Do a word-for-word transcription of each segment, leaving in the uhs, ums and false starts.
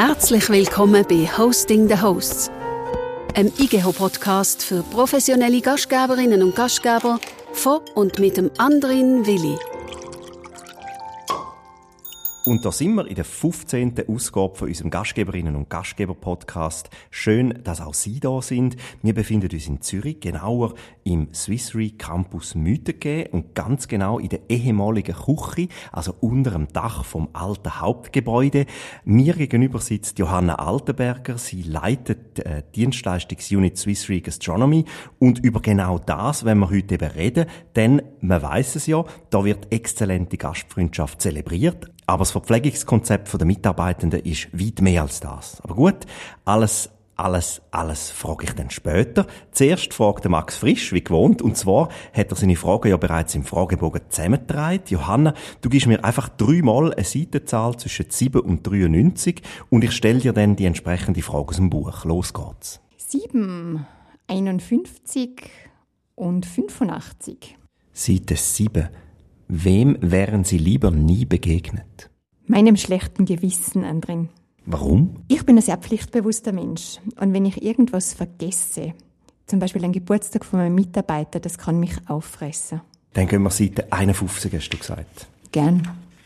Herzlich willkommen bei Hosting the Hosts, einem I G E H-Podcast für professionelle Gastgeberinnen und Gastgeber von und mit dem Andrin Willi. Und da sind wir in der fünfzehnten Ausgabe von unserem Gastgeberinnen- und Gastgeber-Podcast. Schön, dass auch Sie da sind. Wir befinden uns in Zürich, genauer im Swiss Re Campus Mythenghe und ganz genau in der ehemaligen Küche, also unter dem Dach vom alten Hauptgebäude. Mir gegenüber sitzt Johanna Altenberger. Sie leitet äh, Dienstleistungsunit Swiss Re Gastronomy. Und über genau das wollen wir heute eben reden, denn man weiss es ja, da wird exzellente Gastfreundschaft zelebriert. Aber das Verpflegungskonzept der Mitarbeitenden ist weit mehr als das. Aber gut, alles, alles, alles frage ich dann später. Zuerst fragt Max Frisch, wie gewohnt, und zwar hat er seine Fragen ja bereits im Fragebogen zusammengetragen. Johanna, du gibst mir einfach dreimal eine Seitenzahl zwischen sieben und dreiundneunzig und ich stelle dir dann die entsprechende Frage aus dem Buch. Los geht's. sieben, einundfünfzig und fünfundachtzig. Seite sieben. Wem wären Sie lieber nie begegnet? Meinem schlechten Gewissen, Andrin. Warum? Ich bin ein sehr pflichtbewusster Mensch. Und wenn ich irgendwas vergesse, zum Beispiel einen Geburtstag von meinem Mitarbeiter, das kann mich auffressen. Dann gehen wir Seite einundfünfzig, hast du gesagt. Gern.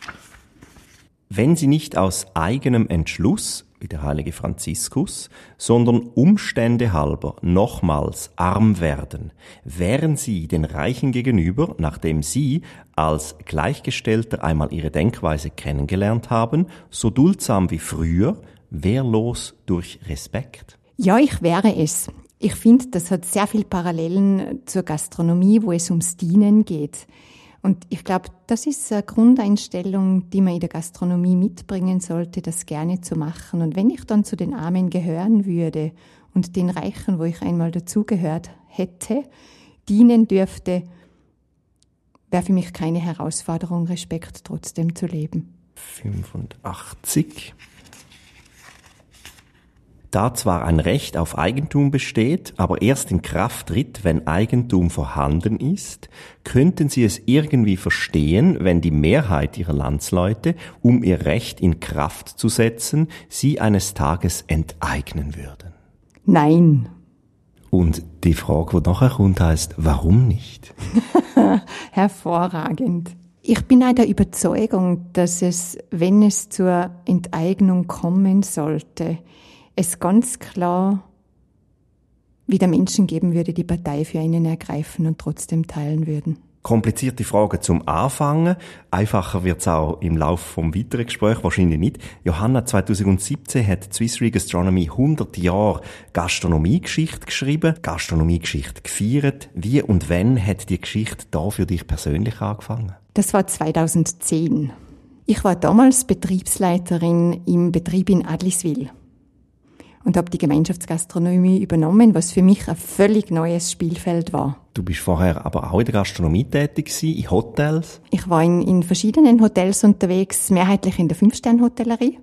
Wenn Sie nicht aus eigenem Entschluss, wie der heilige Franziskus, sondern Umstände halber nochmals arm werden, wären Sie den Reichen gegenüber, nachdem Sie als Gleichgestellter einmal ihre Denkweise kennengelernt haben, so duldsam wie früher, wehrlos durch Respekt? Ja, ich wäre es. Ich finde, das hat sehr viele Parallelen zur Gastronomie, wo es ums Dienen geht. Und ich glaube, das ist eine Grundeinstellung, die man in der Gastronomie mitbringen sollte, das gerne zu machen. Und wenn ich dann zu den Armen gehören würde und den Reichen, wo ich einmal dazugehört hätte, dienen dürfte, wäre für mich keine Herausforderung, Respekt trotzdem zu leben. fünfundachtzig. Da zwar ein Recht auf Eigentum besteht, aber erst in Kraft tritt, wenn Eigentum vorhanden ist, könnten Sie es irgendwie verstehen, wenn die Mehrheit Ihrer Landsleute, um ihr Recht in Kraft zu setzen, Sie eines Tages enteignen würden? Nein. Und die Frage, die nachher kommt, heisst, warum nicht? Hervorragend. Ich bin auch der Überzeugung, dass es, wenn es zur Enteignung kommen sollte, es ganz klar wieder Menschen geben würde, die Partei für einen ergreifen und trotzdem teilen würden. Komplizierte Frage zum Anfangen. Einfacher wird's auch im Laufe vom weiteren Gespräch, wahrscheinlich nicht. Johanna, zweitausendsiebzehn hat Swiss Re Gastronomy hundert Jahre Gastronomiegeschichte geschrieben, Gastronomiegeschichte gefeiert. Wie und wann hat die Geschichte da für dich persönlich angefangen? Das war zweitausendzehn. Ich war damals Betriebsleiterin im Betrieb in Adliswil und habe die Gemeinschaftsgastronomie übernommen, was für mich ein völlig neues Spielfeld war. Du bist vorher aber auch in der Gastronomie tätig gewesen, in Hotels? Ich war in, in verschiedenen Hotels unterwegs, mehrheitlich in der Fünf-Sterne-Hotellerie.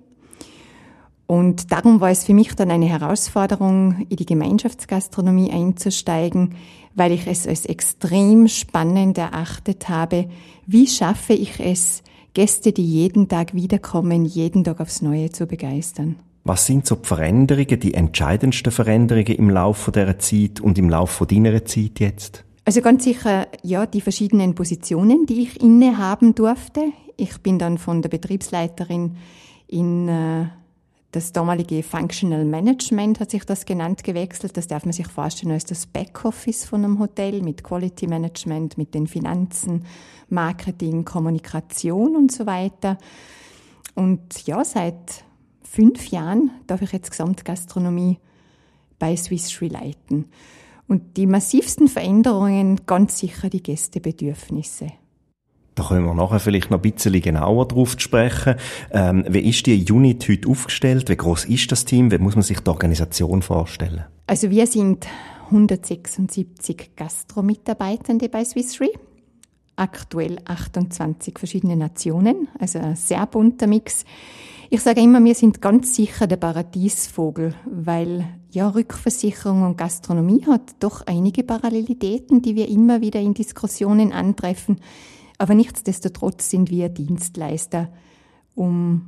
Und darum war es für mich dann eine Herausforderung, in die Gemeinschaftsgastronomie einzusteigen, weil ich es als extrem spannend erachtet habe. Wie schaffe ich es, Gäste, die jeden Tag wiederkommen, jeden Tag aufs Neue zu begeistern? Was sind so die Veränderungen, die entscheidendsten Veränderungen im Laufe dieser Zeit und im Laufe deiner Zeit jetzt? Also ganz sicher, ja, die verschiedenen Positionen, die ich innehaben durfte. Ich bin dann von der Betriebsleiterin in äh, das damalige Functional Management, hat sich das genannt, gewechselt. Das darf man sich vorstellen als das Backoffice von einem Hotel mit Quality Management, mit den Finanzen, Marketing, Kommunikation und so weiter. Und ja, seit fünf Jahren darf ich jetzt Gesamtgastronomie bei Swiss Re leiten. Und die massivsten Veränderungen, ganz sicher die Gästebedürfnisse. Da können wir nachher vielleicht noch ein bisschen genauer drauf sprechen. Ähm, wie ist die Unit heute aufgestellt? Wie groß ist das Team? Wie muss man sich die Organisation vorstellen? Also wir sind hundertsechsundsiebzig Gastro-Mitarbeitende bei Swiss Re. Aktuell achtundzwanzig verschiedene Nationen, also ein sehr bunter Mix. Ich sage immer, wir sind ganz sicher der Paradiesvogel, weil ja Rückversicherung und Gastronomie hat doch einige Parallelitäten, die wir immer wieder in Diskussionen antreffen. Aber nichtsdestotrotz sind wir Dienstleister, um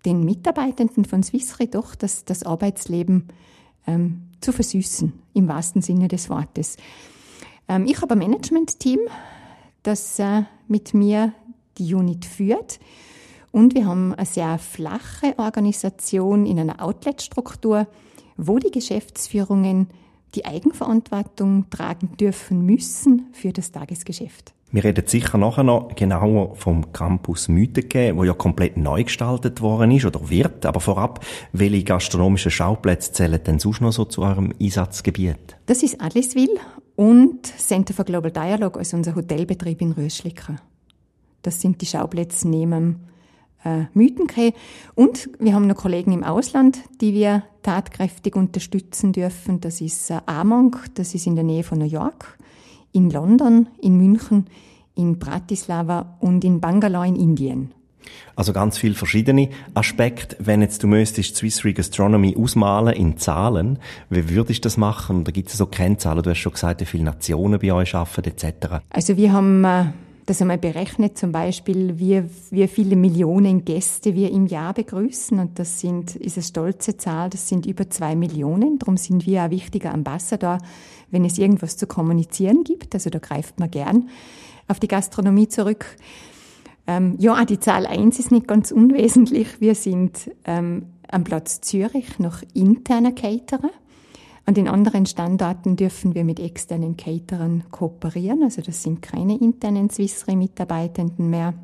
den Mitarbeitenden von Swiss Re doch das, das Arbeitsleben ähm, zu versüßen, im wahrsten Sinne des Wortes. Ähm, ich habe ein Management-Team, das äh, mit mir die Unit führt. Und wir haben eine sehr flache Organisation in einer Outlet-Struktur, wo die Geschäftsführungen die Eigenverantwortung tragen dürfen müssen für das Tagesgeschäft. Wir reden sicher nachher noch genauer vom Campus Müthenke, wo ja komplett neu gestaltet worden ist oder wird. Aber vorab, welche gastronomischen Schauplätze zählen denn sonst noch so zu eurem Einsatzgebiet? Das ist Adliswil und Center for Global Dialogue, also unser Hotelbetrieb in Röschliken. Das sind die Schauplätze neben äh, Müthenke. Und wir haben noch Kollegen im Ausland, die wir tatkräftig unterstützen dürfen. Das ist äh, Among, das ist in der Nähe von New York, in London, in München, in Bratislava und in Bangalore in Indien. Also ganz viele verschiedene Aspekte. Wenn jetzt du müsstest Swiss Re Gastronomy ausmalen in Zahlen, wie würdest du das machen? Da gibt es so Kennzahlen. Du hast schon gesagt, wie viele Nationen bei euch arbeiten et cetera. Also wir haben äh, das einmal berechnet, zum Beispiel, wie, wie viele Millionen Gäste wir im Jahr begrüßen. Und das sind, ist eine stolze Zahl, das sind über zwei Millionen. Darum sind wir ein wichtiger Ambassador, wenn es irgendwas zu kommunizieren gibt. Also da greift man gern auf die Gastronomie zurück. Ähm, ja, die Zahl eins ist nicht ganz unwesentlich. Wir sind ähm, am Platz Zürich noch interner Caterer. An den anderen Standorten dürfen wir mit externen Caterern kooperieren. Also das sind keine internen Swiss Re-Mitarbeitenden mehr.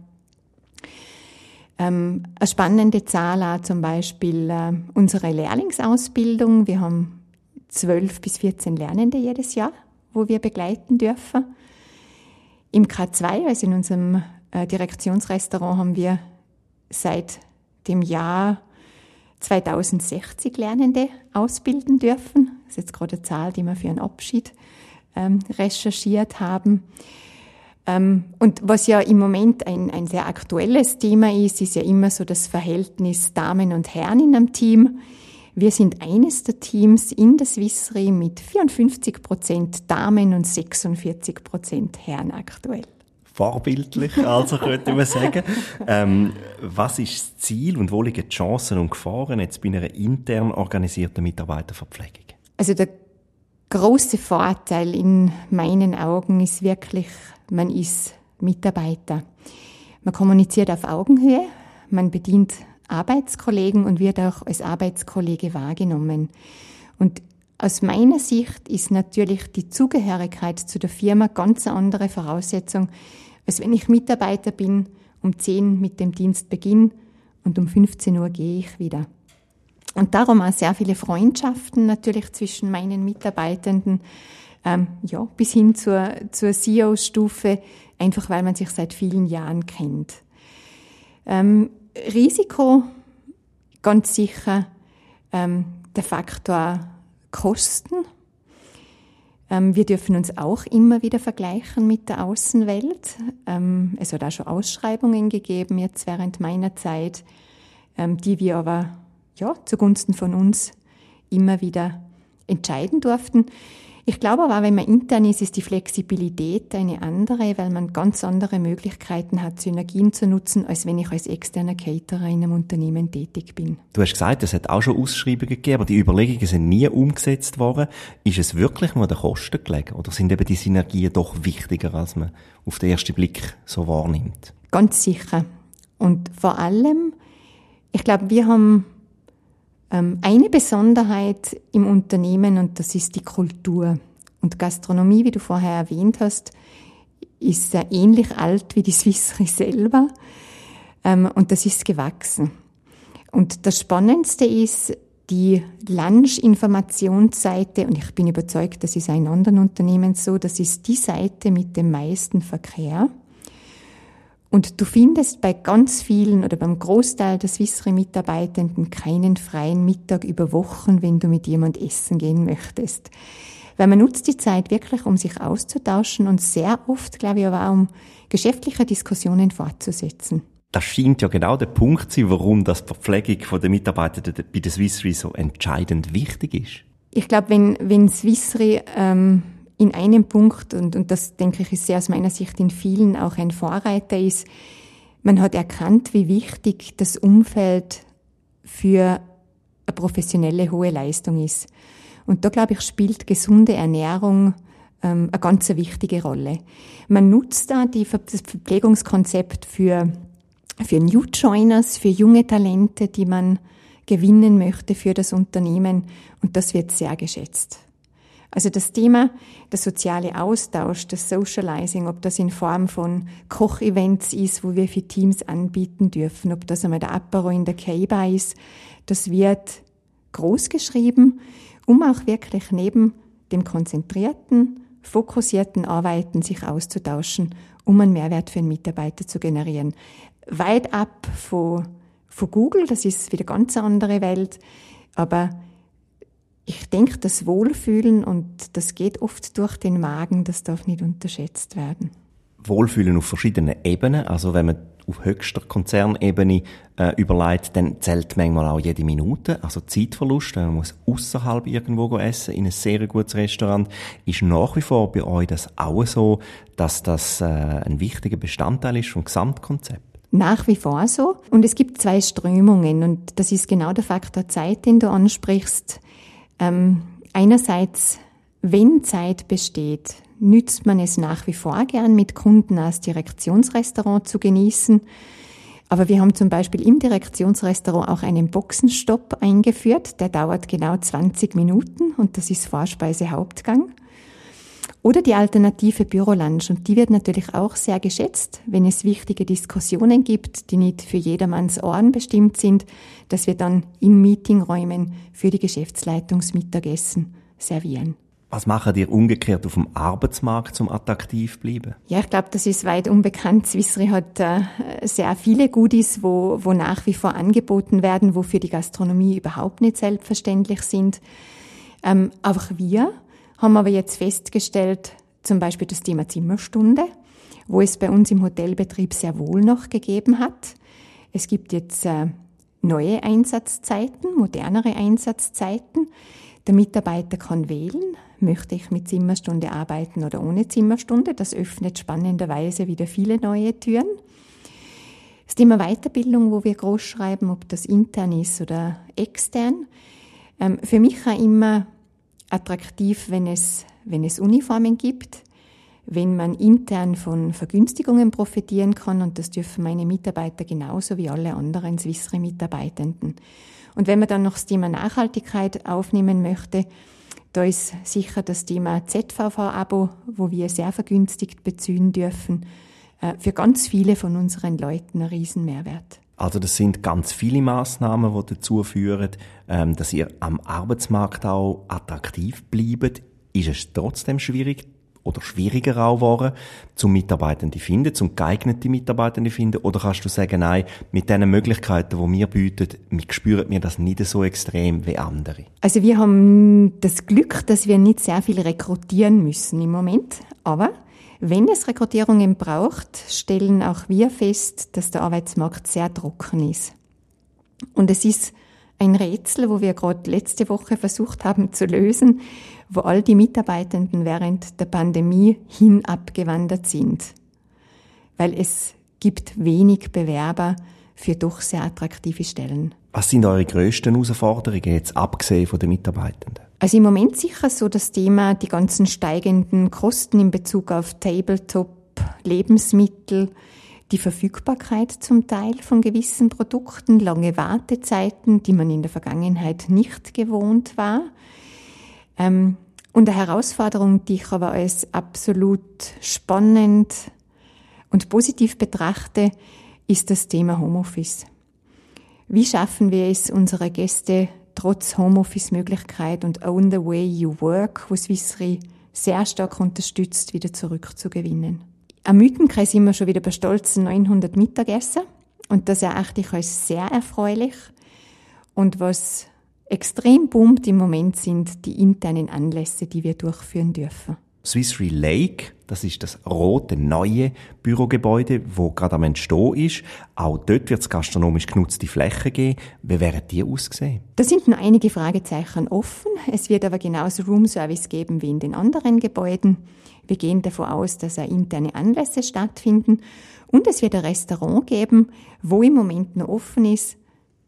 Ähm, eine spannende Zahl auch zum Beispiel äh, unsere Lehrlingsausbildung. Wir haben zwölf bis vierzehn Lernende jedes Jahr, wo wir begleiten dürfen. Im K zwei, also in unserem äh, Direktionsrestaurant, haben wir seit dem Jahr zweitausendsechzig Lernende ausbilden dürfen. Das ist jetzt gerade eine Zahl, die wir für einen Abschied ähm, recherchiert haben. Ähm, und was ja im Moment ein, ein sehr aktuelles Thema ist, ist ja immer so das Verhältnis Damen und Herren in einem Team. Wir sind eines der Teams in der Swiss Re mit vierundfünfzig Prozent Damen und sechsundvierzig Prozent Herren aktuell. Vorbildlich, also könnte man sagen. Ähm, was ist das Ziel und wo liegen die Chancen und Gefahren jetzt bei einer intern organisierten Mitarbeiterverpflegung? Also der große Vorteil in meinen Augen ist wirklich, man ist Mitarbeiter. Man kommuniziert auf Augenhöhe, man bedient Arbeitskollegen und wird auch als Arbeitskollege wahrgenommen. Und aus meiner Sicht ist natürlich die Zugehörigkeit zu der Firma ganz eine andere Voraussetzung, als wenn ich Mitarbeiter bin, um zehn mit dem Dienst beginne und um fünfzehn Uhr gehe ich wieder. Und darum auch sehr viele Freundschaften natürlich zwischen meinen Mitarbeitenden, ähm, ja, bis hin zur, zur C E O-Stufe, einfach weil man sich seit vielen Jahren kennt. Ähm, Risiko, ganz sicher, ähm, der Faktor Kosten. Ähm, wir dürfen uns auch immer wieder vergleichen mit der Außenwelt. Ähm, es hat auch schon Ausschreibungen gegeben, jetzt während meiner Zeit, ähm, die wir aber ja, zugunsten von uns immer wieder entscheiden durften. Ich glaube aber, wenn man intern ist, ist die Flexibilität eine andere, weil man ganz andere Möglichkeiten hat, Synergien zu nutzen, als wenn ich als externer Caterer in einem Unternehmen tätig bin. Du hast gesagt, es hat auch schon Ausschreibungen gegeben, aber die Überlegungen sind nie umgesetzt worden. Ist es wirklich nur an den Kosten gelegen oder sind eben die Synergien doch wichtiger, als man auf den ersten Blick so wahrnimmt? Ganz sicher. Und vor allem, ich glaube, wir haben eine Besonderheit im Unternehmen und das ist die Kultur. Und Gastronomie, wie du vorher erwähnt hast, ist sehr ähnlich alt wie die Swiss Re selber und das ist gewachsen. Und das Spannendste ist die Lunch-Informationsseite und ich bin überzeugt, das ist in anderen Unternehmen so, das ist die Seite mit dem meisten Verkehr. Und du findest bei ganz vielen oder beim Großteil der Swiss Re-Mitarbeitenden keinen freien Mittag über Wochen, wenn du mit jemand essen gehen möchtest. Weil man nutzt die Zeit wirklich, um sich auszutauschen und sehr oft, glaube ich, aber auch um geschäftliche Diskussionen fortzusetzen. Das scheint ja genau der Punkt zu sein, warum das Verpflegung der Mitarbeiter bei der Swiss Re so entscheidend wichtig ist. Ich glaube, wenn, wenn Swiss Re ähm, in einem Punkt, und, und das denke ich ist sehr aus meiner Sicht in vielen auch ein Vorreiter ist, man hat erkannt, wie wichtig das Umfeld für eine professionelle hohe Leistung ist. Und da, glaube ich, spielt gesunde Ernährung ähm, eine ganz wichtige Rolle. Man nutzt da die, das Verpflegungskonzept für, für New Joiners, für junge Talente, die man gewinnen möchte für das Unternehmen. Und das wird sehr geschätzt. Also das Thema, der soziale Austausch, das Socializing, ob das in Form von Kochevents ist, wo wir für Teams anbieten dürfen, ob das einmal der Apero in der Keiba ist, das wird groß geschrieben, um auch wirklich neben dem konzentrierten, fokussierten Arbeiten sich auszutauschen, um einen Mehrwert für den Mitarbeiter zu generieren. Weit ab von, von Google, das ist wieder ganz eine andere Welt, aber ich denke, das Wohlfühlen, und das geht oft durch den Magen, das darf nicht unterschätzt werden. Wohlfühlen auf verschiedenen Ebenen, also wenn man auf höchster Konzernebene äh, überlegt, dann zählt manchmal auch jede Minute, also Zeitverlust, man muss ausserhalb irgendwo essen, in ein sehr gutes Restaurant. Ist nach wie vor bei euch das auch so, dass das äh, ein wichtiger Bestandteil ist vom Gesamtkonzept? Nach wie vor so. Und es gibt zwei Strömungen, und das ist genau der Faktor Zeit, den du ansprichst. Ähm, einerseits, wenn Zeit besteht, nützt man es nach wie vor gern, mit Kunden als Direktionsrestaurant zu genießen. Aber wir haben zum Beispiel im Direktionsrestaurant auch einen Boxenstopp eingeführt. Der dauert genau zwanzig Minuten und das ist Vorspeise, Hauptgang. Oder die alternative Bürolunch, und die wird natürlich auch sehr geschätzt, wenn es wichtige Diskussionen gibt, die nicht für jedermanns Ohren bestimmt sind, dass wir dann in Meetingräumen für die Geschäftsleitungsmittagessen servieren. Was machen ihr umgekehrt auf dem Arbeitsmarkt, um attraktiv zu bleiben? Ja, ich glaube, das ist weit unbekannt. Swissry hat äh, sehr viele Goodies, wo, wo nach wie vor angeboten werden, wo für die Gastronomie überhaupt nicht selbstverständlich sind. Ähm, auch wir haben aber jetzt festgestellt, zum Beispiel das Thema Zimmerstunde, wo es bei uns im Hotelbetrieb sehr wohl noch gegeben hat. Es gibt jetzt äh, neue Einsatzzeiten, modernere Einsatzzeiten. Der Mitarbeiter kann wählen, möchte ich mit Zimmerstunde arbeiten oder ohne Zimmerstunde. Das öffnet spannenderweise wieder viele neue Türen. Das Thema Weiterbildung, wo wir groß schreiben, ob das intern ist oder extern. Ähm, für mich auch immer attraktiv, wenn es, wenn es Uniformen gibt, wenn man intern von Vergünstigungen profitieren kann, und das dürfen meine Mitarbeiter genauso wie alle anderen Swissry-Mitarbeitenden. Und wenn man dann noch das Thema Nachhaltigkeit aufnehmen möchte, da ist sicher das Thema Z V V-Abo, wo wir sehr vergünstigt beziehen dürfen, für ganz viele von unseren Leuten ein Riesenmehrwert. Also das sind ganz viele Massnahmen, die dazu führen, dass ihr am Arbeitsmarkt auch attraktiv bleibt. Ist es trotzdem schwierig oder schwieriger auch geworden, zum Mitarbeitende zu finden, zum geeignete Mitarbeitende zu finden? Oder kannst du sagen, nein, mit den Möglichkeiten, die wir bieten, spüren wir das nicht so extrem wie andere? Also wir haben das Glück, dass wir nicht sehr viel rekrutieren müssen im Moment, aber wenn es Rekrutierungen braucht, stellen auch wir fest, dass der Arbeitsmarkt sehr trocken ist. Und es ist ein Rätsel, wo wir gerade letzte Woche versucht haben zu lösen, wo all die Mitarbeitenden während der Pandemie hin abgewandert sind. Weil es gibt wenig Bewerber für doch sehr attraktive Stellen. Was sind eure grössten Herausforderungen, jetzt abgesehen von den Mitarbeitenden? Also im Moment sicher so das Thema, die ganzen steigenden Kosten in Bezug auf Tabletop, Lebensmittel, die Verfügbarkeit zum Teil von gewissen Produkten, lange Wartezeiten, die man in der Vergangenheit nicht gewohnt war. Ähm, und eine Herausforderung, die ich aber als absolut spannend und positiv betrachte, ist das Thema Homeoffice. Wie schaffen wir es, unsere Gäste trotz Homeoffice-Möglichkeit und Own the Way You Work, wo Swissry sehr stark unterstützt, wieder zurückzugewinnen? Am Mythenkreis sind wir schon wieder bei stolzen neunhundert Mittagessen, und das erachte ich als sehr erfreulich. Und was extrem boomt im Moment sind die internen Anlässe, die wir durchführen dürfen. Swissry Lake, das ist das rote, neue Bürogebäude, das gerade am Entstehen ist. Auch dort wird es gastronomisch genutzte Flächen geben. Wie werden die aussehen? Da sind noch einige Fragezeichen offen. Es wird aber genauso Roomservice geben wie in den anderen Gebäuden. Wir gehen davon aus, dass auch interne Anlässe stattfinden. Und es wird ein Restaurant geben, wo im Moment noch offen ist,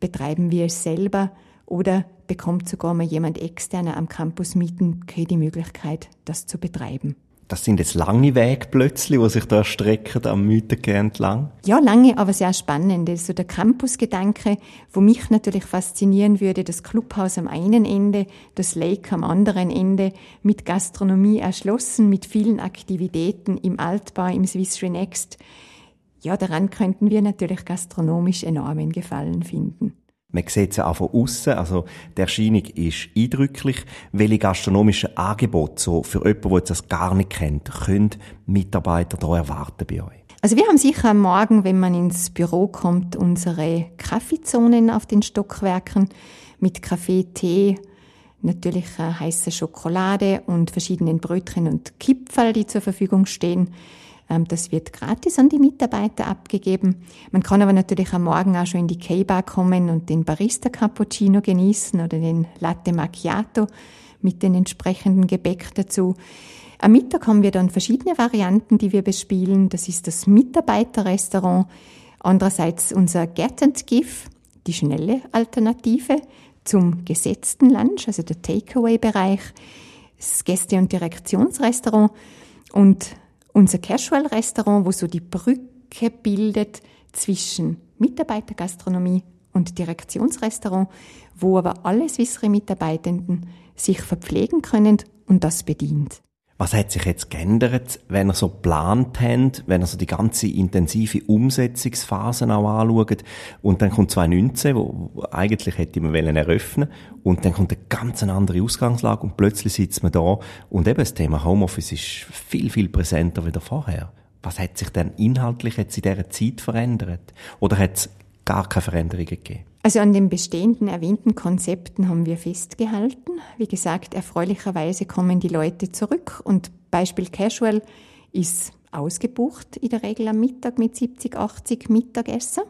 betreiben wir es selber oder bekommt sogar mal jemand externer am Campus mieten, die Möglichkeit, das zu betreiben. Das sind jetzt lange Wege plötzlich, die sich da erstrecken am Müttergehen entlang? Ja, lange, aber sehr spannend. Also der Campusgedanke, wo mich natürlich faszinieren würde, das Clubhaus am einen Ende, das Lake am anderen Ende, mit Gastronomie erschlossen, mit vielen Aktivitäten im Altbau, im Swiss Re Next. Ja, daran könnten wir natürlich gastronomisch enormen Gefallen finden. Man sieht es ja auch von aussen, also die Erscheinung ist eindrücklich. Welche gastronomischen Angebote, so für jemanden, der das gar nicht kennt, können Mitarbeiter da erwarten bei euch? Also wir haben sicher am Morgen, wenn man ins Büro kommt, unsere Kaffeezonen auf den Stockwerken mit Kaffee, Tee, natürlich äh, heiße Schokolade und verschiedenen Brötchen und Kipferl, die zur Verfügung stehen. Das wird gratis an die Mitarbeiter abgegeben. Man kann aber natürlich am Morgen auch schon in die K-Bar kommen und den Barista Cappuccino genießen oder den Latte Macchiato mit den entsprechenden Gebäck dazu. Am Mittag haben wir dann verschiedene Varianten, die wir bespielen. Das ist das Mitarbeiterrestaurant. Andererseits unser Get and Give, die schnelle Alternative zum gesetzten Lunch, also der Takeaway-Bereich, das Gäste- und Direktionsrestaurant und unser Casual-Restaurant, wo so die Brücke bildet zwischen Mitarbeitergastronomie und Direktionsrestaurant, wo aber alle Swiss Re-Mitarbeitenden sich verpflegen können und das bedient. Was hat sich jetzt geändert, wenn ihr so geplant habt, wenn ihr so die ganze intensive Umsetzungsphase auch anschaut und dann kommt zwanzig neunzehn, wo eigentlich hätte man eröffnen wollen und dann kommt eine ganz andere Ausgangslage und plötzlich sitzt man da und eben das Thema Homeoffice ist viel, viel präsenter wie vorher. Was hat sich denn inhaltlich jetzt in dieser Zeit verändert? Oder hat es gar keine Veränderungen gegeben? Also an den bestehenden erwähnten Konzepten haben wir festgehalten. Wie gesagt, erfreulicherweise kommen die Leute zurück und Beispiel Casual ist ausgebucht in der Regel am Mittag mit siebzig, achtzig Mittagessen.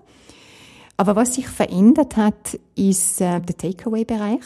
Aber was sich verändert hat, ist äh, der Takeaway-Bereich.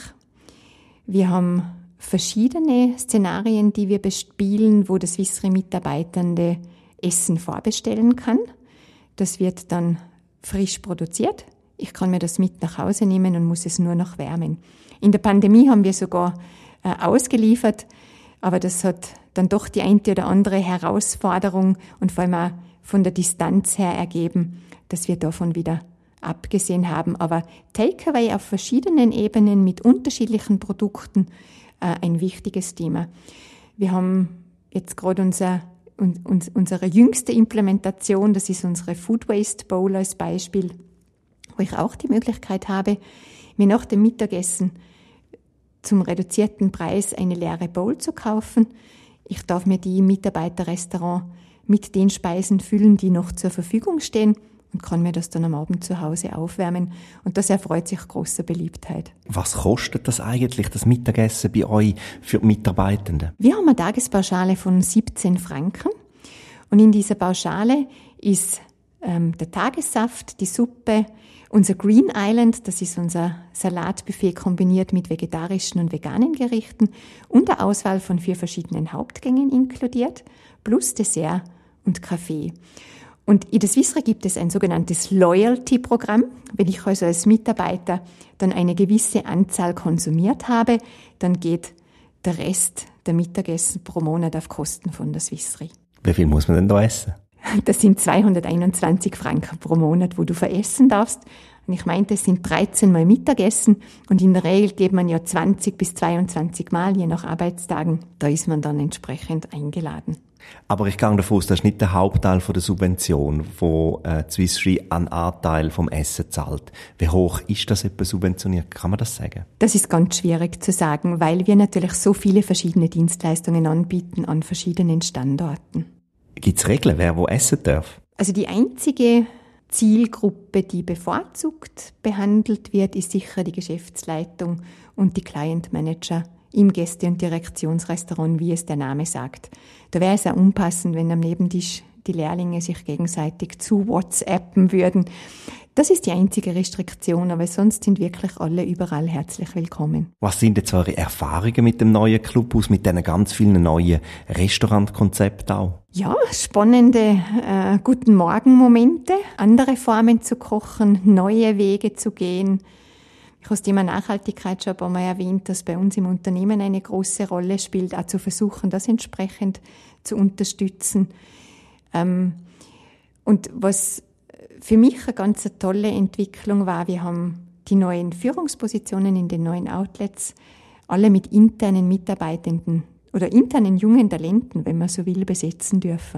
Wir haben verschiedene Szenarien, die wir bespielen, wo der Swiss Re-Mitarbeitende Essen vorbestellen kann. Das wird dann frisch produziert. Ich kann mir das mit nach Hause nehmen und muss es nur noch wärmen. In der Pandemie haben wir sogar äh, ausgeliefert, aber das hat dann doch die eine oder andere Herausforderung und vor allem auch von der Distanz her ergeben, dass wir davon wieder abgesehen haben. Aber Takeaway auf verschiedenen Ebenen mit unterschiedlichen Produkten äh, ein wichtiges Thema. Wir haben jetzt gerade unser, un, uns, unsere jüngste Implementation, das ist unsere Food Waste Bowl als Beispiel, wo ich auch die Möglichkeit habe, mir nach dem Mittagessen zum reduzierten Preis eine leere Bowl zu kaufen. Ich darf mir die im Mitarbeiterrestaurant mit den Speisen füllen, die noch zur Verfügung stehen und kann mir das dann am Abend zu Hause aufwärmen. Und das erfreut sich großer Beliebtheit. Was kostet das eigentlich, das Mittagessen bei euch für die Mitarbeitenden? Wir haben eine Tagespauschale von siebzehn Franken. Und in dieser Pauschale ist ähm, der Tagessaft, die Suppe, unser Green Island, das ist unser Salatbuffet kombiniert mit vegetarischen und veganen Gerichten und eine Auswahl von vier verschiedenen Hauptgängen inkludiert, plus Dessert und Kaffee. Und in der Swiss Re gibt es ein sogenanntes Loyalty-Programm. Wenn ich also als Mitarbeiter dann eine gewisse Anzahl konsumiert habe, dann geht der Rest der Mittagessen pro Monat auf Kosten von der Swiss Re. Wie viel muss man denn da essen? Das sind zweihunderteinundzwanzig Franken pro Monat, wo du veressen darfst. Und ich meinte, es sind dreizehn Mal Mittagessen und in der Regel geht man ja zwanzig bis zweiundzwanzig Mal, je nach Arbeitstagen. Da ist man dann entsprechend eingeladen. Aber ich gehe davon aus, das ist nicht der Hauptteil von der Subvention, wo äh, die Swiss Re einen Anteil vom Essen zahlt. Wie hoch ist das etwa subventioniert? Kann man das sagen? Das ist ganz schwierig zu sagen, weil wir natürlich so viele verschiedene Dienstleistungen anbieten an verschiedenen Standorten. Gibt es Regeln, wer wo essen darf? Also die einzige Zielgruppe, die bevorzugt behandelt wird, ist sicher die Geschäftsleitung und die Client Manager im Gäste- und Direktionsrestaurant, wie es der Name sagt. Da wäre es auch unpassend, wenn am Nebentisch die Lehrlinge sich gegenseitig zu WhatsAppen würden. Das ist die einzige Restriktion, aber sonst sind wirklich alle überall herzlich willkommen. Was sind jetzt eure Erfahrungen mit dem neuen Clubhaus, mit diesen ganz vielen neuen Restaurantkonzepten auch? Ja, spannende äh, guten Morgen-Momente, andere Formen zu kochen, neue Wege zu gehen. Ich habe das Thema Nachhaltigkeit schon ein paar Mal erwähnt, dass bei uns im Unternehmen eine große Rolle spielt, auch zu versuchen, das entsprechend zu unterstützen. Ähm, und was für mich eine ganz tolle Entwicklung war, wir haben die neuen Führungspositionen in den neuen Outlets alle mit internen Mitarbeitenden oder internen jungen Talenten, wenn man so will, besetzen dürfen,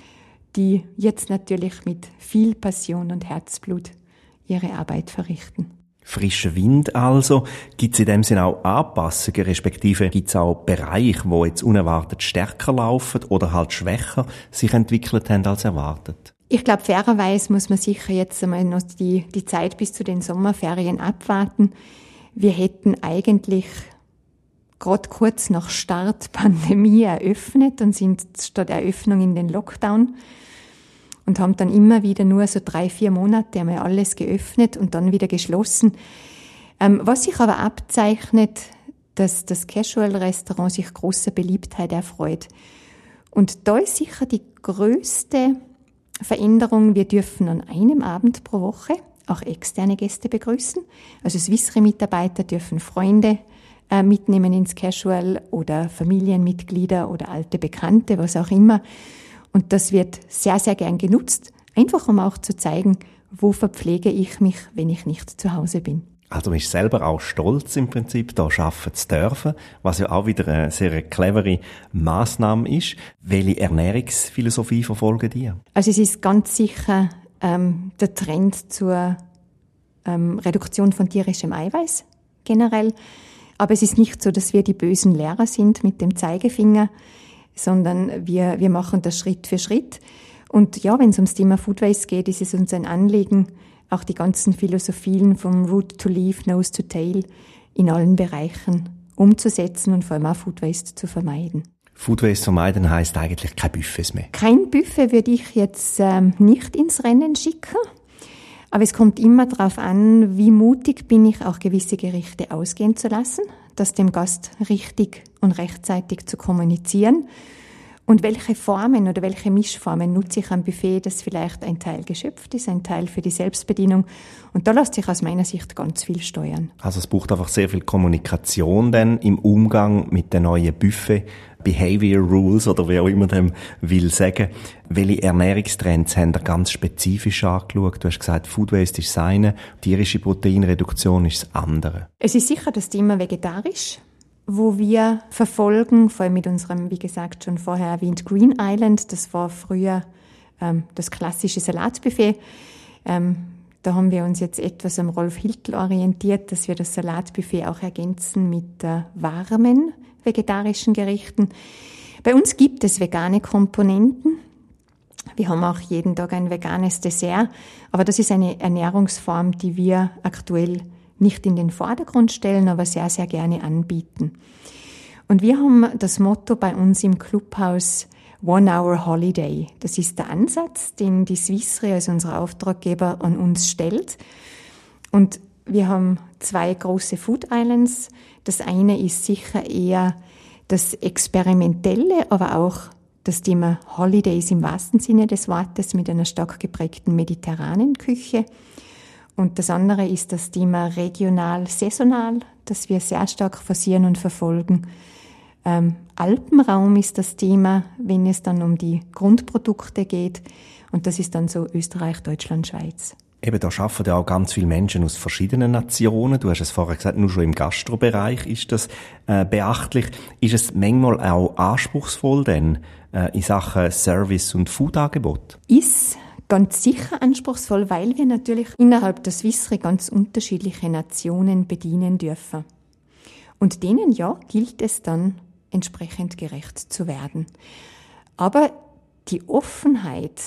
die jetzt natürlich mit viel Passion und Herzblut ihre Arbeit verrichten. Frischer Wind also. Gibt es in dem Sinne auch Anpassungen, respektive gibt es auch Bereiche, die jetzt unerwartet stärker laufen oder halt schwächer sich entwickelt haben als erwartet? Ich glaube, fairerweise muss man sicher jetzt einmal noch die, die Zeit bis zu den Sommerferien abwarten. Wir hätten eigentlich gerade kurz nach Start Pandemie eröffnet und sind statt Eröffnung in den Lockdown und haben dann immer wieder nur so drei, vier Monate einmal alles geöffnet und dann wieder geschlossen. Ähm, was sich aber abzeichnet, dass das Casual-Restaurant sich großer Beliebtheit erfreut. Und da ist sicher die größte Veränderung, wir dürfen an einem Abend pro Woche auch externe Gäste begrüßen. Also Swissre-Mitarbeiter dürfen Freunde äh, mitnehmen ins Casual oder Familienmitglieder oder alte Bekannte, was auch immer. Und das wird sehr, sehr gern genutzt, einfach um auch zu zeigen, wo verpflege ich mich, wenn ich nicht zu Hause bin. Also man ist selber auch stolz im Prinzip, da arbeiten zu dürfen, was ja auch wieder eine sehr clevere Massnahme ist. Welche Ernährungsphilosophie verfolgen die? Also es ist ganz sicher ähm, der Trend zur ähm, Reduktion von tierischem Eiweiß generell. Aber es ist nicht so, dass wir die bösen Lehrer sind mit dem Zeigefinger, sondern wir, wir machen das Schritt für Schritt. Und ja, wenn es ums Thema Food Waste geht, ist es uns ein Anliegen, auch die ganzen Philosophien vom Root to Leaf, Nose to Tail in allen Bereichen umzusetzen und vor allem auch Food Waste zu vermeiden. Food Waste vermeiden heisst eigentlich kein Buffets mehr? Kein Buffet würde ich jetzt ähm, nicht ins Rennen schicken. Aber es kommt immer darauf an, wie mutig bin ich, auch gewisse Gerichte ausgehen zu lassen, das dem Gast richtig und rechtzeitig zu kommunizieren. Und welche Formen oder welche Mischformen nutze ich am Buffet, das vielleicht ein Teil geschöpft ist, ein Teil für die Selbstbedienung. Und da lässt sich aus meiner Sicht ganz viel steuern. Also es braucht einfach sehr viel Kommunikation dann im Umgang mit den neuen Buffet, Behavior Rules oder wie auch immer dem will sagen. Welche Ernährungstrends haben ihr ganz spezifisch angeschaut? Du hast gesagt, Food Waste ist das eine, tierische Proteinreduktion ist das andere. Es ist sicher das Thema vegetarisch, wo wir verfolgen, vor allem mit unserem, wie gesagt, schon vorher erwähnt, Green Island. Das war früher ähm, das klassische Salatbuffet. Ähm, da haben wir uns jetzt etwas am Rolf Hiltl orientiert, dass wir das Salatbuffet auch ergänzen mit äh, warmen vegetarischen Gerichten. Bei uns gibt es vegane Komponenten. Wir haben auch jeden Tag ein veganes Dessert, aber das ist eine Ernährungsform, die wir aktuell nicht in den Vordergrund stellen, aber sehr, sehr gerne anbieten. Und wir haben das Motto bei uns im Clubhaus One Hour Holiday. Das ist der Ansatz, den die Swissre als unser Auftraggeber an uns stellt. Und wir haben zwei große Food Islands. Das eine ist sicher eher das Experimentelle, aber auch das Thema Holidays im wahrsten Sinne des Wortes mit einer stark geprägten mediterranen Küche. Und das andere ist das Thema regional, saisonal, das wir sehr stark forcieren und verfolgen. Ähm, Alpenraum ist das Thema, wenn es dann um die Grundprodukte geht. Und das ist dann so Österreich, Deutschland, Schweiz. Eben, da arbeiten ja auch ganz viele Menschen aus verschiedenen Nationen. Du hast es vorher gesagt, nur schon im Gastrobereich ist das äh, beachtlich. Ist es manchmal auch anspruchsvoll denn äh, in Sachen Service- und Foodangebot? Ist ganz sicher anspruchsvoll, weil wir natürlich innerhalb der Swissre ganz unterschiedliche Nationen bedienen dürfen. Und denen, ja, gilt es dann, entsprechend gerecht zu werden. Aber die Offenheit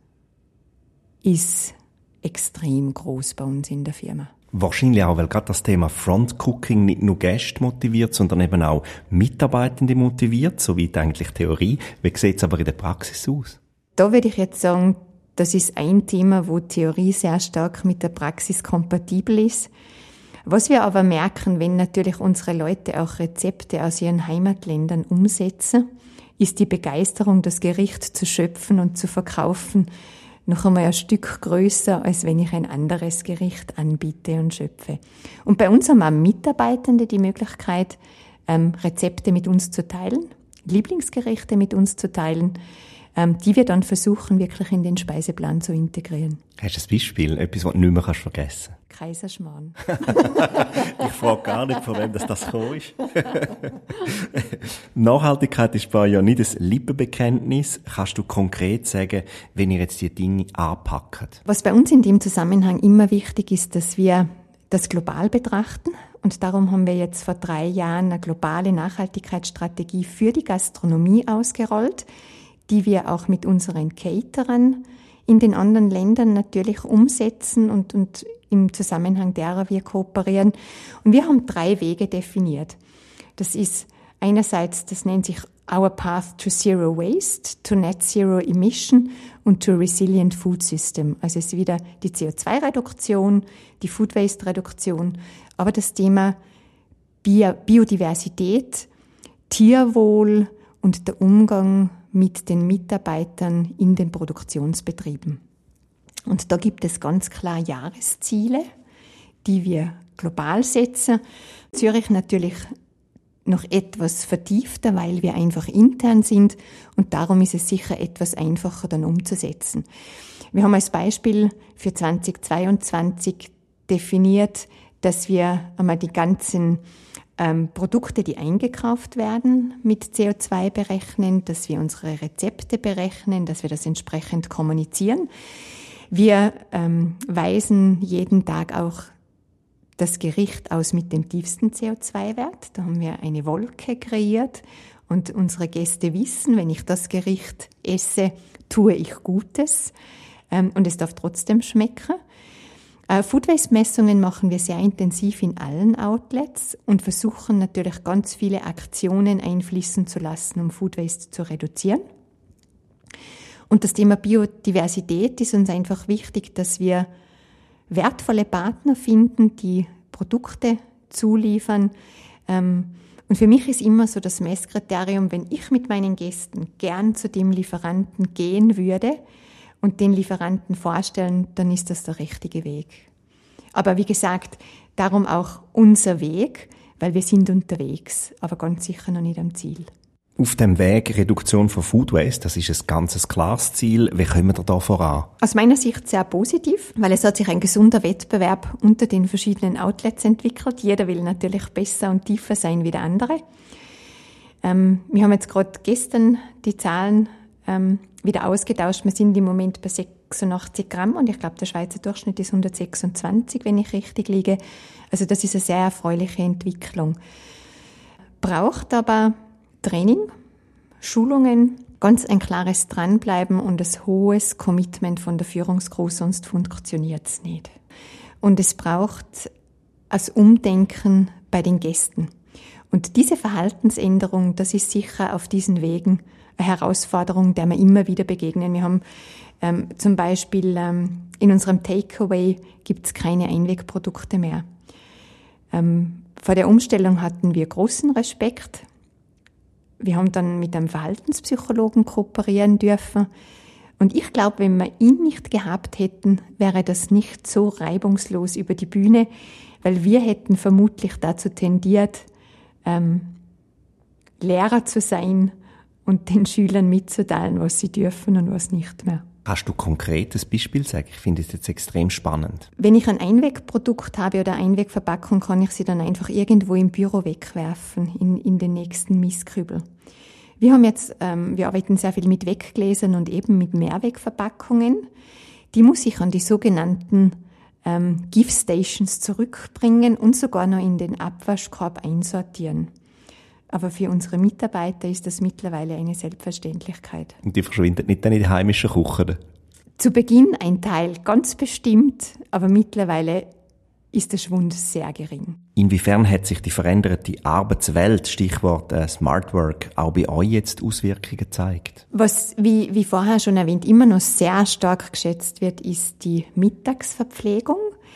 ist extrem groß bei uns in der Firma. Wahrscheinlich auch, weil gerade das Thema Frontcooking nicht nur Gäste motiviert, sondern eben auch Mitarbeitende motiviert, soweit eigentlich Theorie. Wie sieht es aber in der Praxis aus? da würde ich jetzt sagen, das ist ein Thema, wo Theorie sehr stark mit der Praxis kompatibel ist. Was wir aber merken, wenn natürlich unsere Leute auch Rezepte aus ihren Heimatländern umsetzen, ist die Begeisterung, das Gericht zu schöpfen und zu verkaufen, noch einmal ein Stück größer, als wenn ich ein anderes Gericht anbiete und schöpfe. Und bei uns haben auch Mitarbeitende die Möglichkeit, ähm, Rezepte mit uns zu teilen, Lieblingsgerichte mit uns zu teilen, ähm, die wir dann versuchen, wirklich in den Speiseplan zu integrieren. Hast du ein Beispiel? Etwas, was du nicht mehr vergessen kannst? Kaiserschmarrn. Ich frage gar nicht, von wem das, das gekommen ist. Nachhaltigkeit ist bei euch ja nicht ein Lippenbekenntnis. Kannst du konkret sagen, wenn ihr jetzt die Dinge anpackt? Was bei uns in dem Zusammenhang immer wichtig ist, dass wir das global betrachten. Und darum haben wir jetzt vor drei Jahren eine globale Nachhaltigkeitsstrategie für die Gastronomie ausgerollt, die wir auch mit unseren Caterern in den anderen Ländern natürlich umsetzen und, und im Zusammenhang derer wir kooperieren. Und wir haben drei Wege definiert. Das ist einerseits, das nennt sich Our Path to Zero Waste, to Net Zero Emission und to Resilient Food System. Also es ist wieder die C O zwei Reduktion, die Food Waste Reduktion, aber das Thema Bio- Biodiversität, Tierwohl und der Umgang mit den Mitarbeitern in den Produktionsbetrieben. Und da gibt es ganz klar Jahresziele, die wir global setzen. Zürich natürlich noch etwas vertiefter, weil wir einfach intern sind und darum ist es sicher etwas einfacher dann umzusetzen. Wir haben als Beispiel für zweitausendzweiundzwanzig definiert, dass wir einmal die ganzen ähm, Produkte, die eingekauft werden, mit C O zwei berechnen, dass wir unsere Rezepte berechnen, dass wir das entsprechend kommunizieren. Wir ähm, weisen jeden Tag auch das Gericht aus mit dem tiefsten C O zwei Wert. Da haben wir eine Wolke kreiert und unsere Gäste wissen, wenn ich das Gericht esse, tue ich Gutes ähm, und es darf trotzdem schmecken. Äh, Food Waste Messungen machen wir sehr intensiv in allen Outlets und versuchen natürlich ganz viele Aktionen einfließen zu lassen, um Food Waste zu reduzieren. Und das Thema Biodiversität ist uns einfach wichtig, dass wir wertvolle Partner finden, die Produkte zuliefern. Und für mich ist immer so das Messkriterium, wenn ich mit meinen Gästen gern zu dem Lieferanten gehen würde und den Lieferanten vorstellen, dann ist das der richtige Weg. Aber wie gesagt, darum auch unser Weg, weil wir sind unterwegs, aber ganz sicher noch nicht am Ziel. Auf dem Weg Reduktion von Food Waste, das ist ein ganz klares Ziel. Wie kommen wir da voran? Aus meiner Sicht sehr positiv, weil es hat sich ein gesunder Wettbewerb unter den verschiedenen Outlets entwickelt. Jeder will natürlich besser und tiefer sein wie der andere. Ähm, wir haben jetzt gerade gestern die Zahlen ähm, wieder ausgetauscht. Wir sind im Moment bei sechsundachtzig Gramm und ich glaube, der Schweizer Durchschnitt ist hundertsechsundzwanzig, wenn ich richtig liege. Also das ist eine sehr erfreuliche Entwicklung. Braucht aber Training, Schulungen, ganz ein klares Dranbleiben und ein hohes Commitment von der Führungscrew, sonst funktioniert es nicht. Und es braucht ein Umdenken bei den Gästen. Und diese Verhaltensänderung, das ist sicher auf diesen Wegen eine Herausforderung, der wir immer wieder begegnen. Wir haben ähm, zum Beispiel ähm, in unserem Takeaway gibt es keine Einwegprodukte mehr. Ähm, vor der Umstellung hatten wir großen Respekt. Wir haben dann mit einem Verhaltenspsychologen kooperieren dürfen. Und ich glaube, wenn wir ihn nicht gehabt hätten, wäre das nicht so reibungslos über die Bühne, weil wir hätten vermutlich dazu tendiert, ähm, Lehrer zu sein und den Schülern mitzuteilen, was sie dürfen und was nicht mehr. Kannst du konkret ein Beispiel sagen? Ich finde es jetzt extrem spannend. Wenn ich ein Einwegprodukt habe oder eine Einwegverpackung, kann ich sie dann einfach irgendwo im Büro wegwerfen, in, in den nächsten Mistkübel. Wir haben jetzt, ähm, wir arbeiten sehr viel mit Weggläsern und eben mit Mehrwegverpackungen. Die muss ich an die sogenannten ähm, Gift Stations zurückbringen und sogar noch in den Abwaschkorb einsortieren. Aber für unsere Mitarbeiter ist das mittlerweile eine Selbstverständlichkeit. Und die verschwindet nicht dann in die heimischen Küchen? Zu Beginn ein Teil, ganz bestimmt, aber mittlerweile ist der Schwund sehr gering. Inwiefern hat sich die veränderte Arbeitswelt, Stichwort äh, Smart Work, auch bei euch jetzt Auswirkungen gezeigt? Was, wie, wie vorher schon erwähnt, immer noch sehr stark geschätzt wird, ist die Mittagsverpflegung.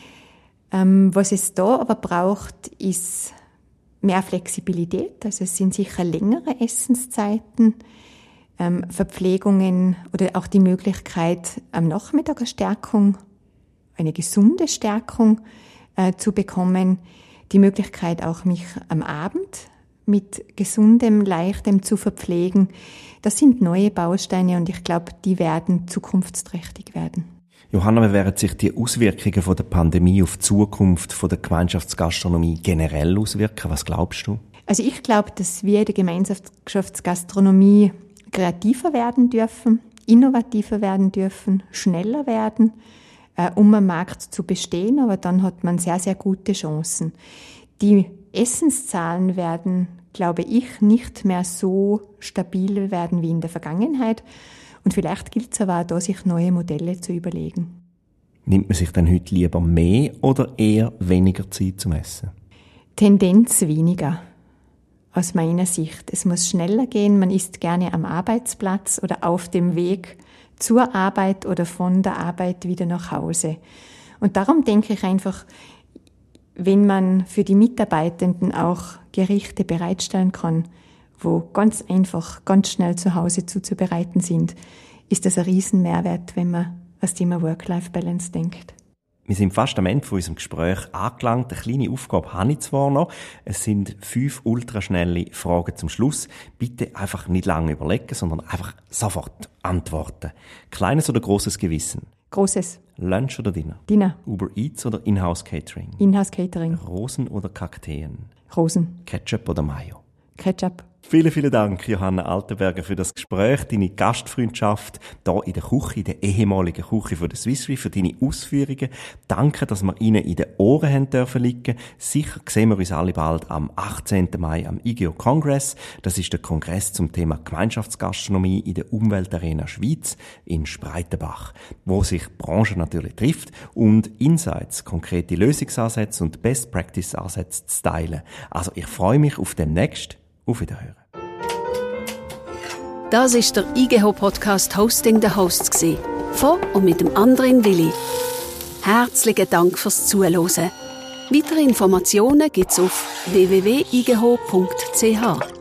Ähm, was es da aber braucht, ist mehr Flexibilität. Also es sind sicher längere Essenszeiten, ähm, Verpflegungen oder auch die Möglichkeit, am Nachmittag eine Stärkung, eine gesunde Stärkung äh, zu bekommen. Die Möglichkeit auch, mich am Abend mit gesundem, leichtem zu verpflegen. Das sind neue Bausteine und ich glaube, die werden zukunftsträchtig werden. Johanna, wie werden sich die Auswirkungen von der Pandemie auf die Zukunft von der Gemeinschaftsgastronomie generell auswirken? Was glaubst du? Also ich glaube, dass wir in der Gemeinschaftsgastronomie kreativer werden dürfen, innovativer werden dürfen, schneller werden, äh, um am Markt zu bestehen, aber dann hat man sehr, sehr gute Chancen. Die Essenszahlen werden, glaube ich, nicht mehr so stabil werden wie in der Vergangenheit. Und vielleicht gilt es aber auch da, sich neue Modelle zu überlegen. Nimmt man sich dann heute lieber mehr oder eher weniger Zeit zum Essen? Tendenz weniger, aus meiner Sicht. Es muss schneller gehen. Man isst gerne am Arbeitsplatz oder auf dem Weg zur Arbeit oder von der Arbeit wieder nach Hause. Und darum denke ich einfach, wenn man für die Mitarbeitenden auch Gerichte bereitstellen kann, wo ganz einfach, ganz schnell zu Hause zuzubereiten sind, ist das ein Riesenmehrwert, wenn man ans Thema Work-Life-Balance denkt. Wir sind fast am Ende von unserem Gespräch angelangt. Eine kleine Aufgabe habe ich zwar noch. Es sind fünf ultraschnelle Fragen zum Schluss. Bitte einfach nicht lange überlegen, sondern einfach sofort antworten. Kleines oder grosses Gewissen? Grosses. Lunch oder Dinner? Dinner. Uber Eats oder Inhouse Catering? Inhouse Catering. Rosen oder Kakteen? Rosen. Ketchup oder Mayo? Ketchup. Vielen, vielen Dank, Johanna Altenberger, für das Gespräch, deine Gastfreundschaft hier in der Küche, in der ehemaligen Küche von der Swiss Re, für deine Ausführungen. Danke, dass wir Ihnen in den Ohren haben dürfen liegen. Sicher sehen wir uns alle bald am achtzehnten Mai am I G E O Congress. Das ist der Kongress zum Thema Gemeinschaftsgastronomie in der Umweltarena Schweiz in Spreitenbach, wo sich die Branche natürlich trifft und Insights, konkrete Lösungsansätze und Best-Practice-Ansätze zu teilen. Also ich freue mich auf demnächst. Auf Wiederhören. Das ist der I G E H-Podcast Hosting the Hosts gsi, von und mit dem Andrin Willi. Herzlichen Dank fürs Zuhören. Weitere Informationen gibt's auf w w w punkt i g e h punkt c h.